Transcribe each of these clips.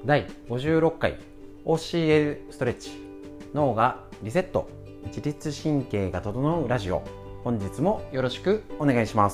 第56回 OCL ストレッチ、脳がリセット、自律神経が整うラジオ。本日もよろしくお願いします。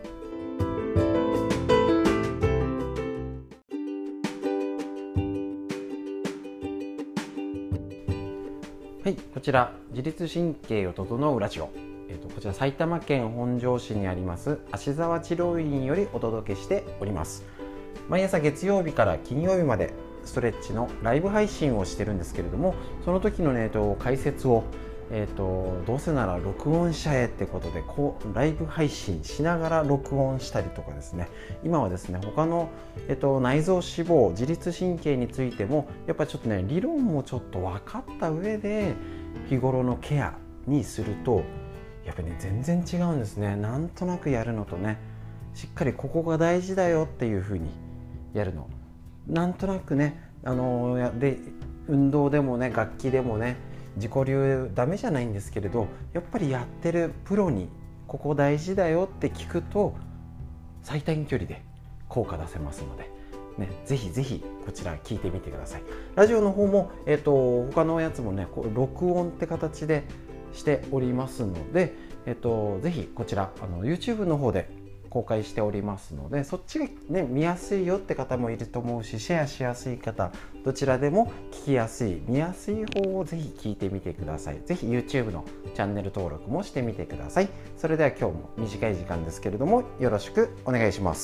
はい、こちら自律神経を整うラジオ、こちら埼玉県本庄市にあります芦沢治療院よりお届けしております。毎朝月曜日から金曜日までストレッチのライブ配信をしてるんですけれども、その時のね、解説を、どうせなら録音しちゃえってことでライブ配信しながら録音したりとかですね、今はですね他の、内臓脂肪、自律神経についてもやっぱりちょっとね理論もちょっと分かった上で日頃のケアにするとやっぱりね全然違うんですね。なんとなくやるのとね、しっかりここが大事だよっていう風にやるの、なんとなくね、で運動でもね楽器でもね自己流ダメじゃないんですけれど、やっぱりやってるプロにここ大事だよって聞くと最短距離で効果出せますので、ね、ぜひぜひこちら聞いてみてください。ラジオの方も、他のやつもね録音って形でしておりますので、ぜひこちらYouTube の方で公開しておりますので、そっちが、ね、見やすいよって方もいると思うし、シェアしやすい方どちらでも聞きやすい、見やすい方をぜひ聞いてみてください。ぜひ YouTube のチャンネル登録もしてみてください。それでは今日も短い時間ですけれどもよろしくお願いします。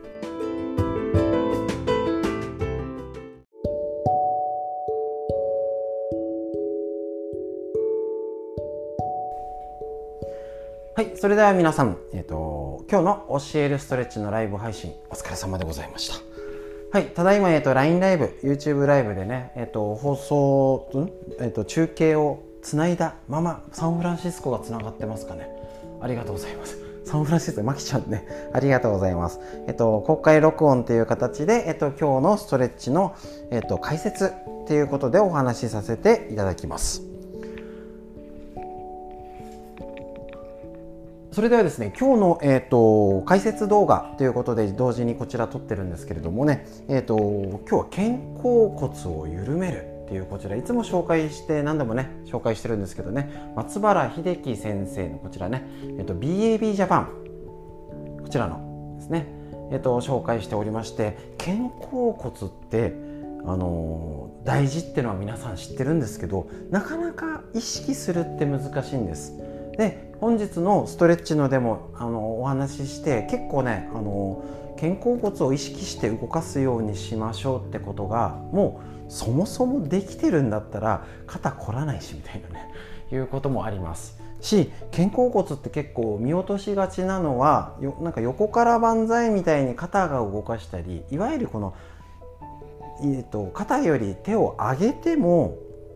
はい、それでは皆さん、今日の教えるストレッチのライブ配信お疲れ様でございました。はい、ただいま、LINE ライブ、YouTube ライブでね、放送、中継をつないだままサンフランシスコがつながってますかね。ありがとうございます。サンフランシスコ、マキちゃんね、ありがとうございます。公開録音という形で、今日のストレッチの、解説ということでお話しさせていただきます。それではですね、今日の、解説動画ということで同時にこちら撮ってるんですけれどもね、今日は肩甲骨を緩めるっていう、こちらいつも紹介して何度もね紹介してるんですけどね、松原秀樹先生のこちらね、BAB ジャパン、こちらのですね、紹介しておりまして、肩甲骨って大事っていうのは皆さん知ってるんですけど、なかなか意識するって難しいんです。で、本日のストレッチのでもお話しして、結構ね肩甲骨を意識して動かすようにしましょうってことがもうそもそもできてるんだったら肩凝らないしみたいなねいうこともありますし、肩甲骨って結構見落としがちなのはなんか横から万歳みたいに肩が動かしたり、いわゆるこの、肩より手を上げても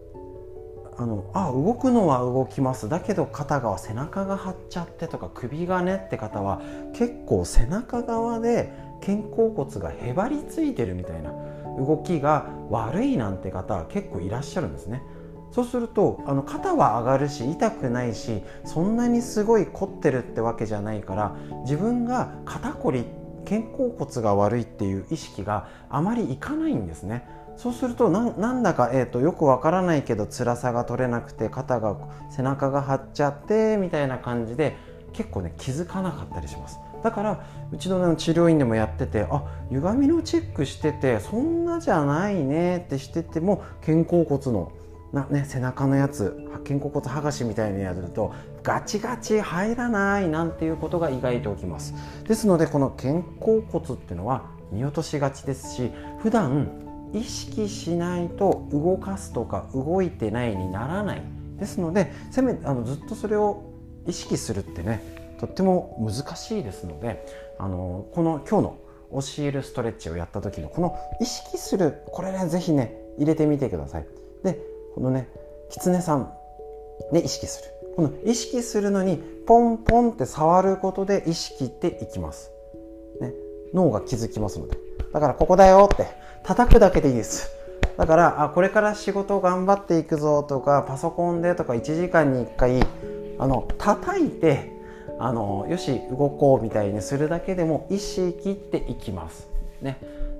動くのは動きます、だけど肩が背中が張っちゃってとか首がねって方は結構背中側で肩甲骨がへばりついてるみたいな動きが悪いなんて方結構いらっしゃるんですね。そうすると肩は上がるし痛くないし、そんなにすごい凝ってるってわけじゃないから、自分が肩こり、肩甲骨が悪いっていう意識があまりいかないんですね。そうするとなんだか、よくわからないけど辛さが取れなくて背中が張っちゃってみたいな感じで結構ね気づかなかったりします。だからうちの治療院でもやってて、歪みのチェックしててそんなじゃないねってしてても、肩甲骨の背中のやつ、肩甲骨剥がしみたいにやるとガチガチ入らないなんていうことが意外と起きます。ですのでこの肩甲骨っていうのは見落としがちですし、普段意識しないと動かすとか動いてないにならない。ですのでずっとそれを意識するってねとっても難しいですので、この今日の教えるストレッチをやった時のこの意識する、これねぜひね入れてみてください。でこのね狐さんね意識する、この意識するのにポンポンって触ることで意識っていきます、ね、脳が気づきますので、だからここだよって叩くだけでいいです。だからこれから仕事頑張っていくぞとか、パソコンでとか1時間に1回叩いてよし動こうみたいにするだけでも意識っていきますね。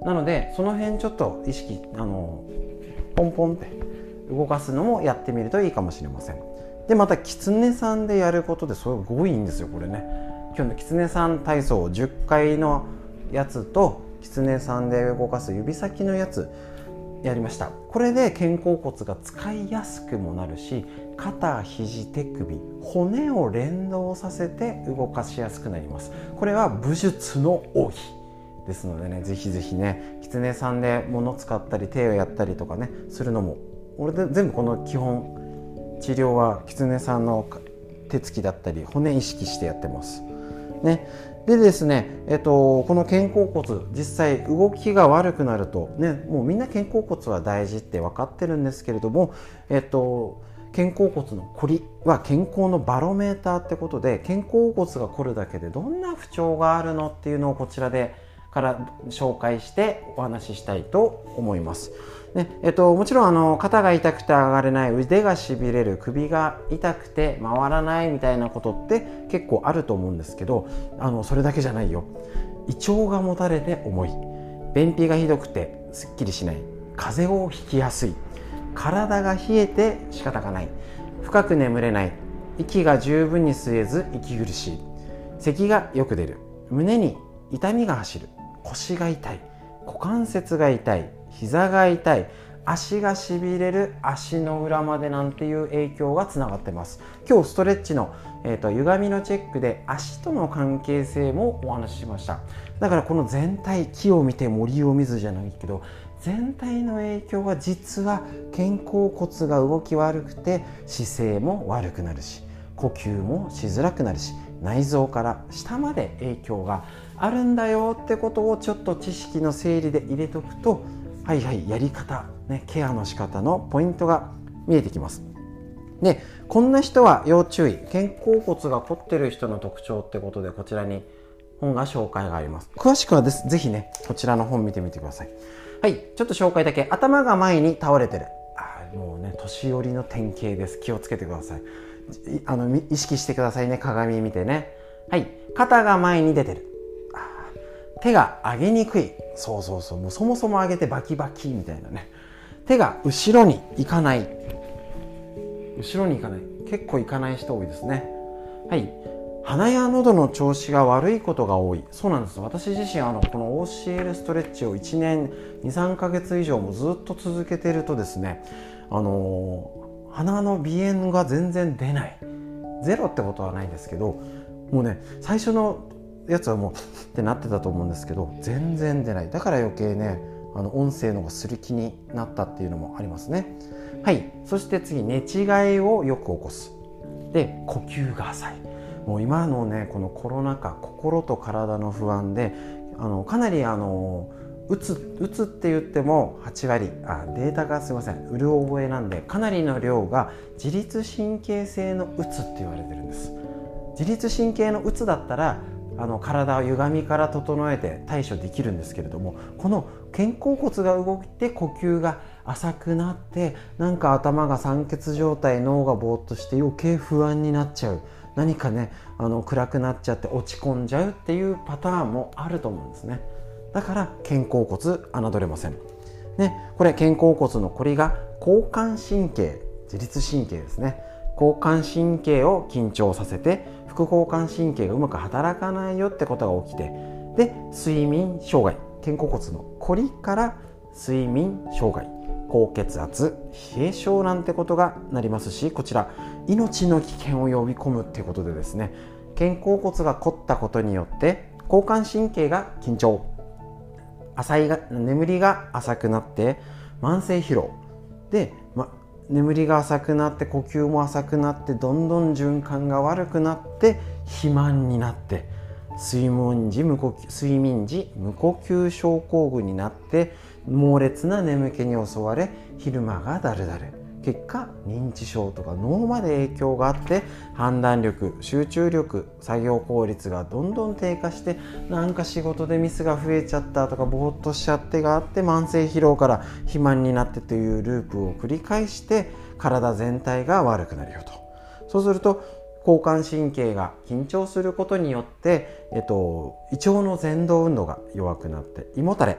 なのでその辺ちょっと意識ポンポンって動かすのもやってみるといいかもしれません。でまたキツネさんでやることですごいいいんですよこれね。今日のキツネさん体操10回のやつとキツネさんで動かす指先のやつやりました。これで肩甲骨が使いやすくもなるし、肩、肘、手首、骨を連動させて動かしやすくなります。これは武術の奥義ですのでね、ぜひぜひね、キツネさんで物使ったり手をやったりとかねするのも、俺で全部この基本治療はキツネさんの手つきだったり骨意識してやってますね。でですね、この肩甲骨実際動きが悪くなるとね、もうみんな肩甲骨は大事って分かってるんですけれども、肩甲骨のこりは健康のバロメーターってことで、肩甲骨が凝るだけでどんな不調があるのっていうのをこちらでから紹介してお話ししたいと思います。ね、もちろん肩が痛くて上がれない、腕がしびれる、首が痛くて回らないみたいなことって結構あると思うんですけど、それだけじゃないよ。胃腸がもたれて重い、便秘がひどくてすっきりしない、風邪をひきやすい、体が冷えて仕方がない、深く眠れない、息が十分に吸えず息苦しい、咳がよく出る、胸に痛みが走る、腰が痛い、股関節が痛い、膝が痛い、足がしびれる、足の裏までなんていう影響がつながってます。今日ストレッチの、歪みのチェックで足との関係性もお話ししました。だからこの全体、木を見て森を見ずじゃないけど、全体の影響が実は肩甲骨が動き悪くて姿勢も悪くなるし、呼吸もしづらくなるし、内臓から下まで影響があるんだよってことをちょっと知識の整理で入れとくと、はいはい、やり方、ね、ケアの仕方のポイントが見えてきます。で、こんな人は要注意、肩甲骨が凝ってる人の特徴ってことで、こちらに本が紹介があります。詳しくはぜひね、こちらの本見てみてください。はい、ちょっと紹介だけ。頭が前に倒れてる。もうね、年寄りの典型です。気をつけてください。意識してくださいね、鏡見てね。はい、肩が前に出てる。手が上げにくい。そう、もうそもそも上げてバキバキみたいなね。手が後ろに行かない。後ろに行かない。結構行かない人多いですね。はい。鼻や喉の調子が悪いことが多い。そうなんです。私自身この OCL ストレッチを1年 2,3 ヶ月以上もずっと続けているとですね、鼻の鼻炎が全然出ない。ゼロってことはないですけど、もうね、最初のやつはもうってなってたと思うんですけど、全然出ない。だから余計ね、音声の方がする気になったっていうのもありますね。はい。そして次、寝違いをよく起こす。で、呼吸が浅い。もう今のね、このコロナ禍、心と体の不安でかなりうつって言っても8割データがすいません、うる覚えなんで、かなりの量が自律神経性のうつって言われてるんです。自律神経のうつだったら体を歪みから整えて対処できるんですけれども、この肩甲骨が動いて呼吸が浅くなって、なんか頭が酸欠状態、脳がぼーっとして余計不安になっちゃう、何かね暗くなっちゃって落ち込んじゃうっていうパターンもあると思うんですね。だから肩甲骨侮れませんね。これ肩甲骨のこりが交感神経、自律神経ですね。交感神経を緊張させて副交感神経がうまく働かないよってことが起きて、で睡眠障害、肩甲骨のこりから睡眠障害、高血圧、冷え症なんてことがなりますし、こちら命の危険を呼び込むっていうことでですね、肩甲骨が凝ったことによって交感神経が緊張、眠りが浅くなって慢性疲労で、眠りが浅くなって呼吸も浅くなって、どんどん循環が悪くなって肥満になって、睡眠時無呼吸症候群になって猛烈な眠気に襲われ、昼間がだるだる、結果認知症とか脳まで影響があって、判断力、集中力、作業効率がどんどん低下して、なんか仕事でミスが増えちゃったとかぼーっとしちゃってがあって、慢性疲労から肥満になってというループを繰り返して体全体が悪くなるよと。そうすると交感神経が緊張することによって、胃腸の蠕動運動が弱くなって胃もたれ、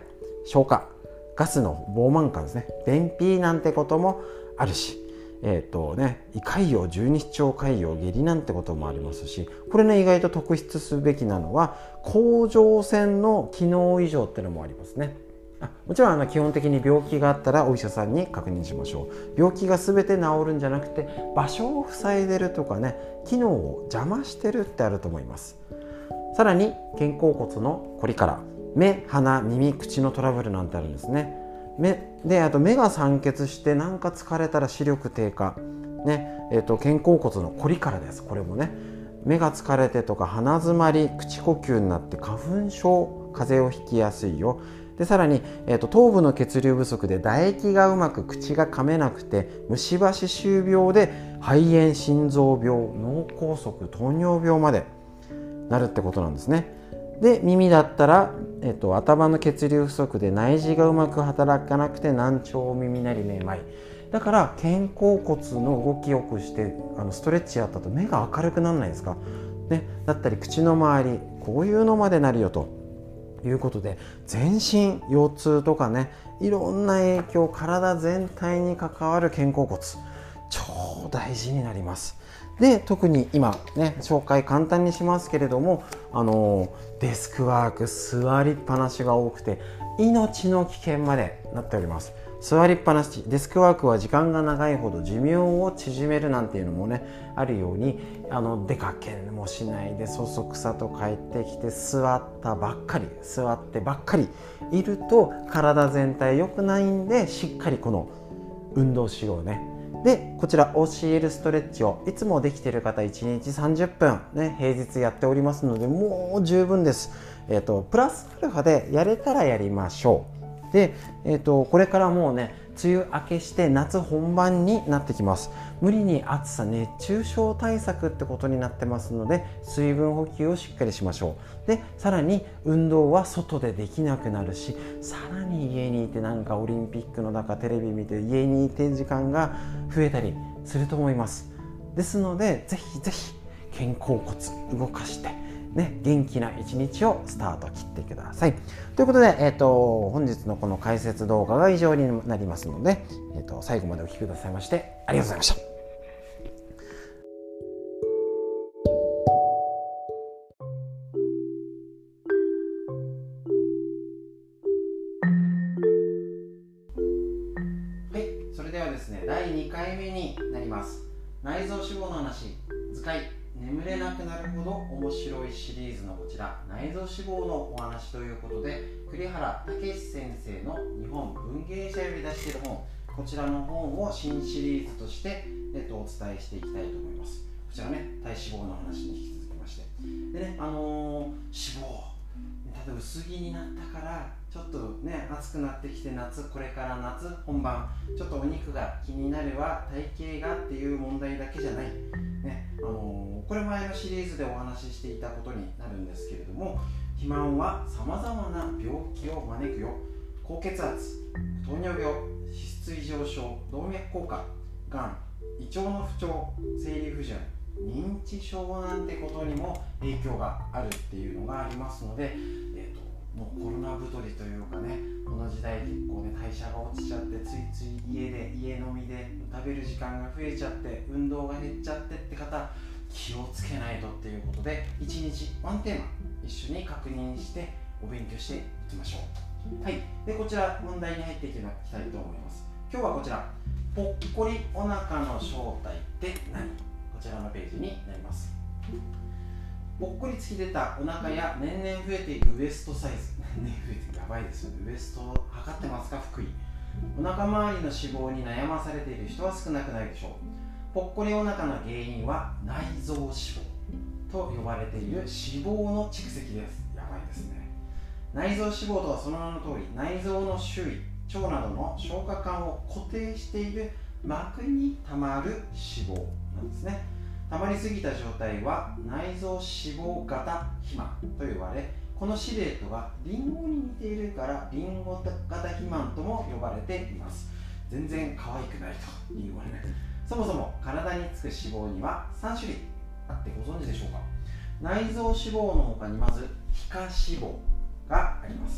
消化ガスの膨満感ですね、便秘なんてこともあるし、胃潰瘍、十二指腸潰瘍、下痢なんてこともありますし、これね意外と特筆すべきなのは甲状腺の機能異常っていうのもありますね。もちろん基本的に病気があったらお医者さんに確認しましょう。病気が全て治るんじゃなくて場所を塞いでるとかね、機能を邪魔してるってあると思います。さらに肩甲骨のこりから目、鼻、耳、口のトラブルなんてあるんですね。あと目が酸欠してなんか疲れたら視力低下、肩甲骨のこりからです。これもね、目が疲れてとか鼻づまり、口呼吸になって花粉症、風邪をひきやすいよ。でさらに、頭部の血流不足で唾液がうまく口が噛めなくて虫歯歯周病で肺炎、心臓病、脳梗塞、糖尿病までなるってことなんですね。で耳だったら、頭の血流不足で内耳がうまく働かなくて難聴、耳鳴り、めまい。だから肩甲骨の動きよくしてストレッチやったと目が明るくならないですか、ね、だったり口の周り、こういうのまでなるよということで、全身腰痛とかね、いろんな影響、体全体に関わる肩甲骨超大事になります。で特に今ね紹介簡単にしますけれども、デスクワーク、座りっぱなしが多くて命の危険までなっております。座りっぱなし、デスクワークは時間が長いほど寿命を縮めるなんていうのもねあるように、出かけもしないでそそくさと帰ってきて座ってばっかりいると体全体良くないんで、しっかりこの運動しようね。でこちら OCL ストレッチをいつもできている方1日30分、ね、平日やっておりますのでもう十分です。プラスアルファでやれたらやりましょう。で、これからもうね梅雨明けして夏本番になってきます。無理に暑さ、熱中症対策ってことになってますので水分補給をしっかりしましょう。でさらに運動は外でできなくなるし、さらに家にいてなんかオリンピックの中テレビ見て家にいて時間が増えたりすると思います。ですのでぜひぜひ肩甲骨動かしてね、元気な一日をスタート切ってください。ということで、本日のこの解説動画が以上になりますので、最後までお聞きくださいましてありがとうございました。はい、それではですね、第2回目になります。内臓脂肪の話、図解眠れなくなるほど面白いシリーズのこちら内臓脂肪のお話ということで、栗原武先生の日本文芸社より出している本、こちらの本を新シリーズとして、お伝えしていきたいと思います。こちらね、体脂肪の話に引き続きましてでね、脂肪例えば薄着になったからちょっとね暑くなってきてこれから夏本番ちょっとお肉が気になるわ、体型がっていう問題だけじゃないね、これ前のシリーズでお話ししていたことになるんですけれども、肥満はさまざまな病気を招くよ。高血圧、糖尿病、脂質異常症、動脈硬化、がん、胃腸の不調、生理不順、認知症なんてことにも影響があるっていうのがありますので、もうコロナ太りというかね、この時代結構ね代謝が落ちちゃってついつい家飲みで食べる時間が増えちゃって運動が減っちゃってって方、気をつけないとっていうことで1日ワンテーマ一緒に確認してお勉強していきましょう。はい、でこちら本題に入っていきたいと思います。今日はこちらぽっこりお腹の正体って何、こちらのページになります。ぽっこり突き出たお腹や年々増えていくウエストサイズ、年々増えていくやばいですよね。ウエストを測ってますか、福井。お腹周りの脂肪に悩まされている人は少なくないでしょう。ぽっこりお腹の原因は内臓脂肪と呼ばれている脂肪の蓄積です。やばいですね。内臓脂肪とはその名の通り、内臓の周囲、腸などの消化管を固定している膜にたまる脂肪なんですね。たまりすぎた状態は内臓脂肪型肥満と呼ばれ、このシルエットがリンゴに似ているからリンゴ型肥満とも呼ばれています。全然可愛くないと、リンゴね。そもそも体につく脂肪には3種類あってご存知でしょうか。内臓脂肪の他にまず皮下脂肪があります。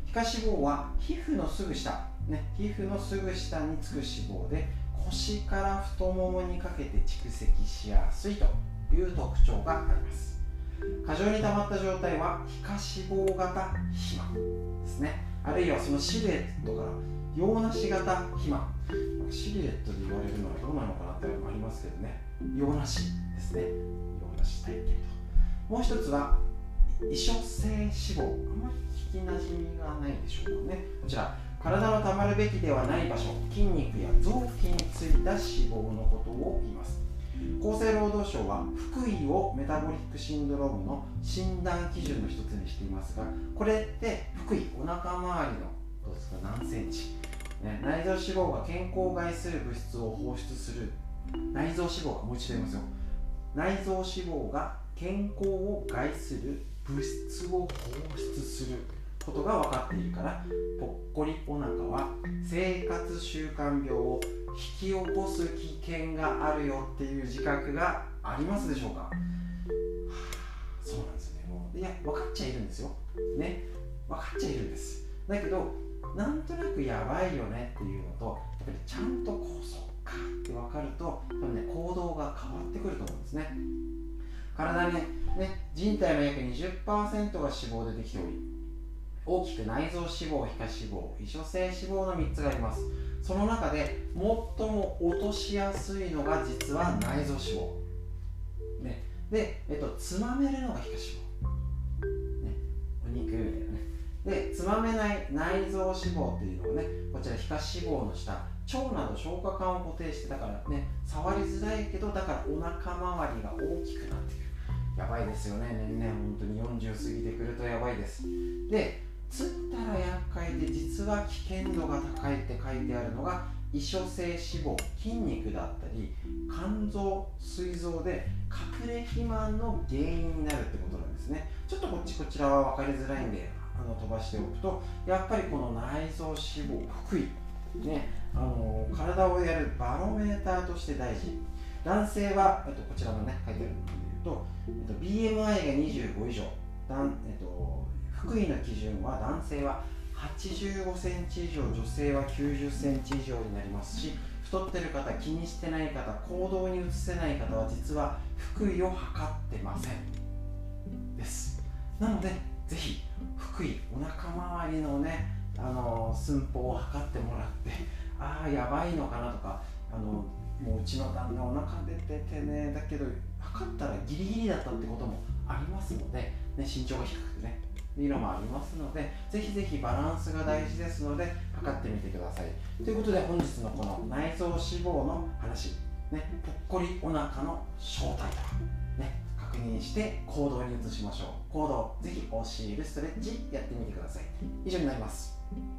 皮下脂肪は皮膚のすぐ下、皮膚のすぐ下につく脂肪で、腰から太ももにかけて蓄積しやすいという特徴があります。過剰に溜まった状態は皮下脂肪型肥満ですね。あるいはそのシルエットから洋梨型肥満、シルエットで言われるのはどうなのかなってありますけどね、洋梨ですね、洋梨体型と。もう一つは異所性脂肪、あまり聞きなじみがないでしょうかね。こちら、体のたまるべきではない場所、筋肉や臓器についた脂肪のことを言います。厚生労働省は腹囲をメタボリックシンドロームの診断基準の一つにしていますが、これって腹囲、お腹周りのどうですか何センチ、内臓脂肪が健康を害する物質を放出する、内臓脂肪が、もう一度言いますよ、内臓脂肪が健康を害する物質を放出することが分かっているから、ぽっこりお腹は生活習慣病を引き起こす危険があるよっていう自覚がありますでしょうか。そうなんですよね。もういや、分かっちゃいるんですよ、ね、分かっちゃいるんです。だけどなんとなくやばいよねっていうのと、やっぱりちゃんとこう、そっかって分かると、多分ね、行動が変わってくると思うんですね。体に人体の約 20% が脂肪でできており、大きく内臓脂肪、皮下脂肪、異所性脂肪の3つがあります。その中で最も落としやすいのが実は内臓脂肪、で、つまめるのが皮下脂肪、お肉みたいなね。で、つまめない内臓脂肪っていうのをね、こちら皮下脂肪の下、腸など消化管を固定して、だからね、触りづらいけど、だからお腹周りが大きくなってくる。やばいですよね、年々本当に40過ぎてくるとやばいです。で、つったら厄介で実は危険度が高いって書いてあるのが異所性脂肪、筋肉だったり肝臓、膵臓で隠れ肥満の原因になるってことなんですね。ちょっとこちらは分かりづらいんで飛ばしておくと、やっぱりこの内臓脂肪、腹囲ね、体をやるバロメーターとして大事。男性は、こちらのね書いてあるので言うと、BMI が25以上、腹囲の基準は男性は85センチ以上、女性は90センチ以上になりますし、太ってる方、気にしてない方、行動に移せない方は実は腹囲を測ってませんです。なのでぜひ腹囲、お腹周りのね寸法を測ってもらって、ああやばいのかなとか、もううちの旦那お腹出ててね、だけど測ったらギリギリだったってこともありますので、ね、身長が低くてねいうのもありますので、ぜひぜひバランスが大事ですので測ってみてください。ということで、本日のこの内臓脂肪の話、ぽっこりお腹の正体とは、確認して行動に移しましょう。行動、ぜひ教えるストレッチやってみてください。以上になります。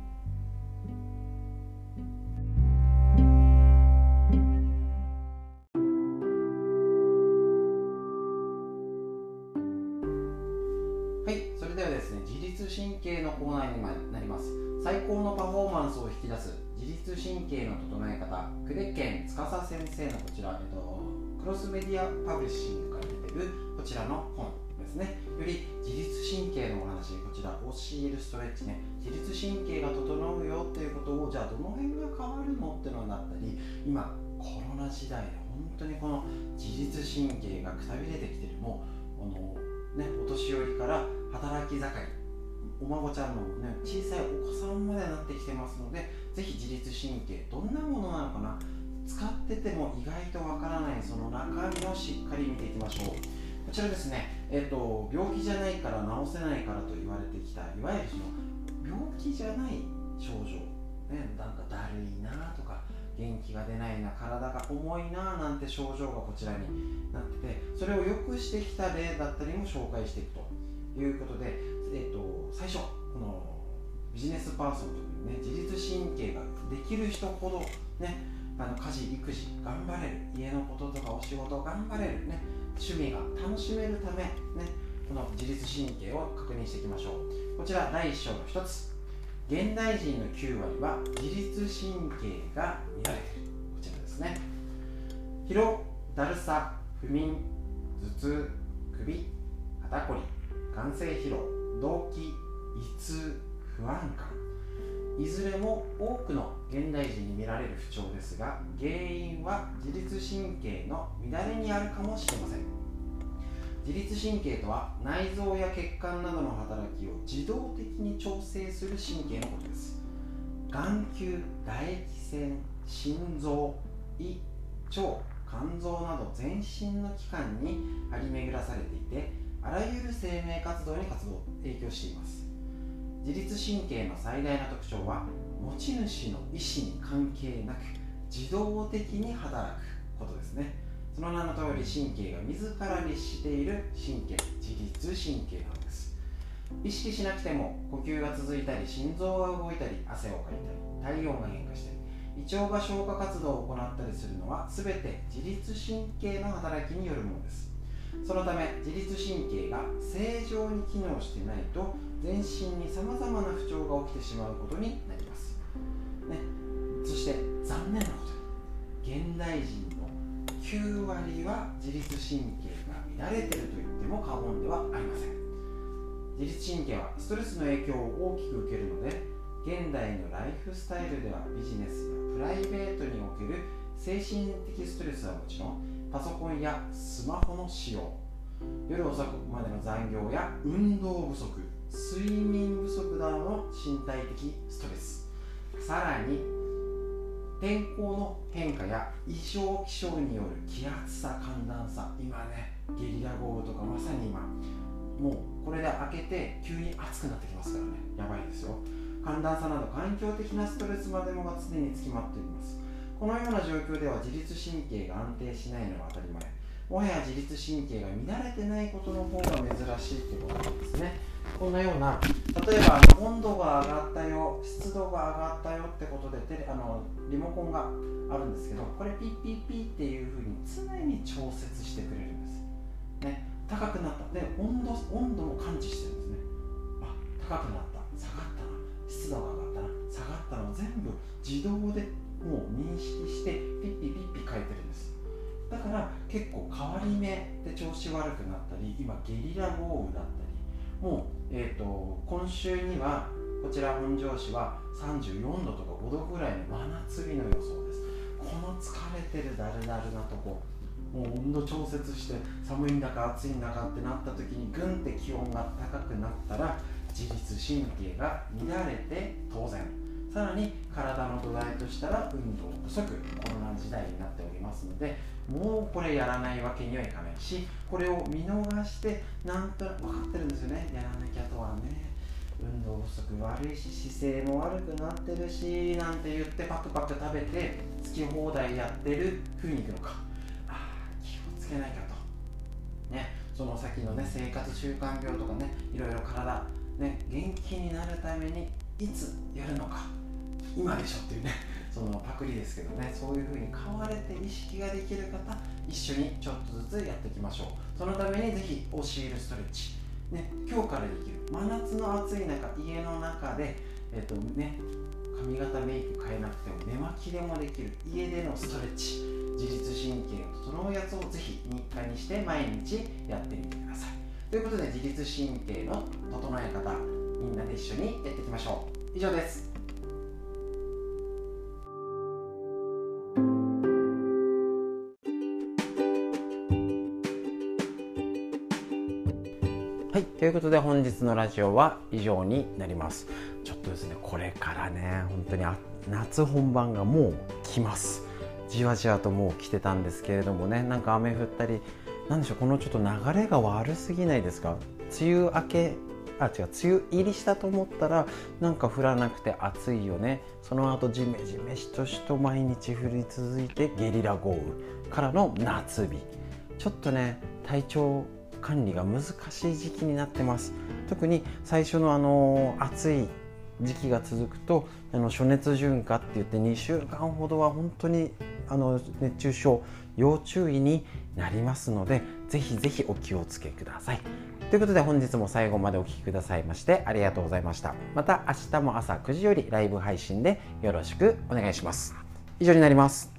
神経のコーナーになります。最高のパフォーマンスを引き出す自律神経の整え方、久手堅司先生のこちら、クロスメディアパブリッシングから出てるこちらの本ですね。より自律神経のお話、こちら教えるストレッチね、自律神経が整うよっていうことを、じゃあどの辺が変わるのってのになったり、今コロナ時代で本当にこの自律神経がくたびれてきてる、もうお年寄りから働き盛り、お孫ちゃんの、小さいお子さんまでなってきてますので、ぜひ自律神経どんなものなのかな、使ってても意外とわからないその中身をしっかり見ていきましょう。こちらですね、病気じゃないから治せないからと言われてきた、いわゆるその病気じゃない症状、なんかだるいなとか元気が出ないな、体が重いななんて症状がこちらになってて、それを良くしてきた例だったりも紹介していくということで、最初このビジネスパーソンというね、自律神経ができる人ほどね、家事育児頑張れる、家のこととかお仕事頑張れるね、趣味が楽しめるためね、この自律神経を確認していきましょう。こちら第1章の1つ、現代人の9割は自律神経が乱れている。こちらですね。疲労、だるさ、不眠、頭痛、首、肩こり、眼性疲労、動悸、胃痛、不安感、いずれも多くの現代人に見られる不調ですが、原因は自律神経の乱れにあるかもしれません。自律神経とは内臓や血管などの働きを自動的に調整する神経のことです。眼球、唾液腺、心臓、胃、腸、肝臓など全身の器官に張り巡らされていて、あらゆる生命活動に影響しています。自律神経の最大な特徴は、持ち主の意思に関係なく自動的に働くことですね。その名の通り、神経が自ら律している神経、自律神経なのです。意識しなくても呼吸が続いたり、心臓が動いたり、汗をかいたり、体温が変化したり、胃腸が消化活動を行ったりするのは全て自律神経の働きによるものです。そのため自律神経が正常に機能していないと、全身にさまざまな不調が起きてしまうことになります、そして残念なことに、現代人の9割は自律神経が乱れていると言っても過言ではありません。自律神経はストレスの影響を大きく受けるので、現代のライフスタイルではビジネスやプライベートにおける精神的ストレスはもちろん、パソコンやスマホの使用、夜遅くまでの残業や運動不足、睡眠不足などの身体的ストレス、さらに天候の変化や異常気象による気圧差、寒暖差、今ね、ゲリラ豪雨とかまさに今、もうこれで明けて急に暑くなってきますからね、やばいですよ。寒暖差など環境的なストレスまでもが常につきまっています。このような状況では自律神経が安定しないのは当たり前。もはや自律神経が乱れてないことの方が珍しいということなんですね。こんなような、例えば温度が上がったよ、湿度が上がったよってことでリモコンがあるんですけど、これピッピッピッっていう風に常に調節してくれるんです、高くなったで温度も感知してるんですね。高くなった、下がったな、湿度が上がったな、下がったのを全部自動でもう認識してピッピピッピ変えてるんです。だから結構変わり目で調子悪くなったり、今ゲリラ豪雨だったり、もう、今週にはこちら本庄市は34度とか5度ぐらいの真夏日の予想です。この疲れてるだるだるなとこ、もう温度調節して寒いんだか暑いんだかってなった時にグンって気温が高くなったら、自律神経が乱れて当然、さらに体の土台としたら運動不足、コロナ時代になっておりますので、もうこれやらないわけにはいかないし、これを見逃してなんとなく分かってるんですよね、やらなきゃとはね。運動不足悪いし、姿勢も悪くなってるしなんて言ってパクパク食べて好き放題やってる風にいくのか、気をつけなきゃとね。その先のね、生活習慣病とかね、いろいろ体ね、元気になるためにいつやるのか、今でしょっていうね、そのパクリですけどね、そういう風に変われて意識ができる方、一緒にちょっとずつやっていきましょう。そのためにぜひ教えるストレッチ、今日からできる、真夏の暑い中、家の中で髪型メイク変えなくても寝巻きでもできる家でのストレッチ、自律神経を整うやつをぜひ日課にして毎日やってみてください。ということで、自律神経の整え方、みんなで一緒にやっていきましょう。以上です。はい、ということで本日のラジオは以上になります。ちょっとですね、これからね、本当に夏本番がもう来ます。じわじわともう来てたんですけれどもね、なんか雨降ったり、なんでしょう、このちょっと流れが悪すぎないですか。梅雨入りしたと思ったらなんか降らなくて暑いよね。その後ジメジメしとしと毎日降り続いてゲリラ豪雨からの夏日、ちょっとね、体調管理が難しい時期になってます。特に最初の暑い時期が続くと暑熱順化って言って2週間ほどは本当に熱中症要注意になりますので、ぜひぜひお気をつけください。ということで本日も最後までお聞きくださいましてありがとうございました。また明日も朝9時よりライブ配信でよろしくお願いします。以上になります。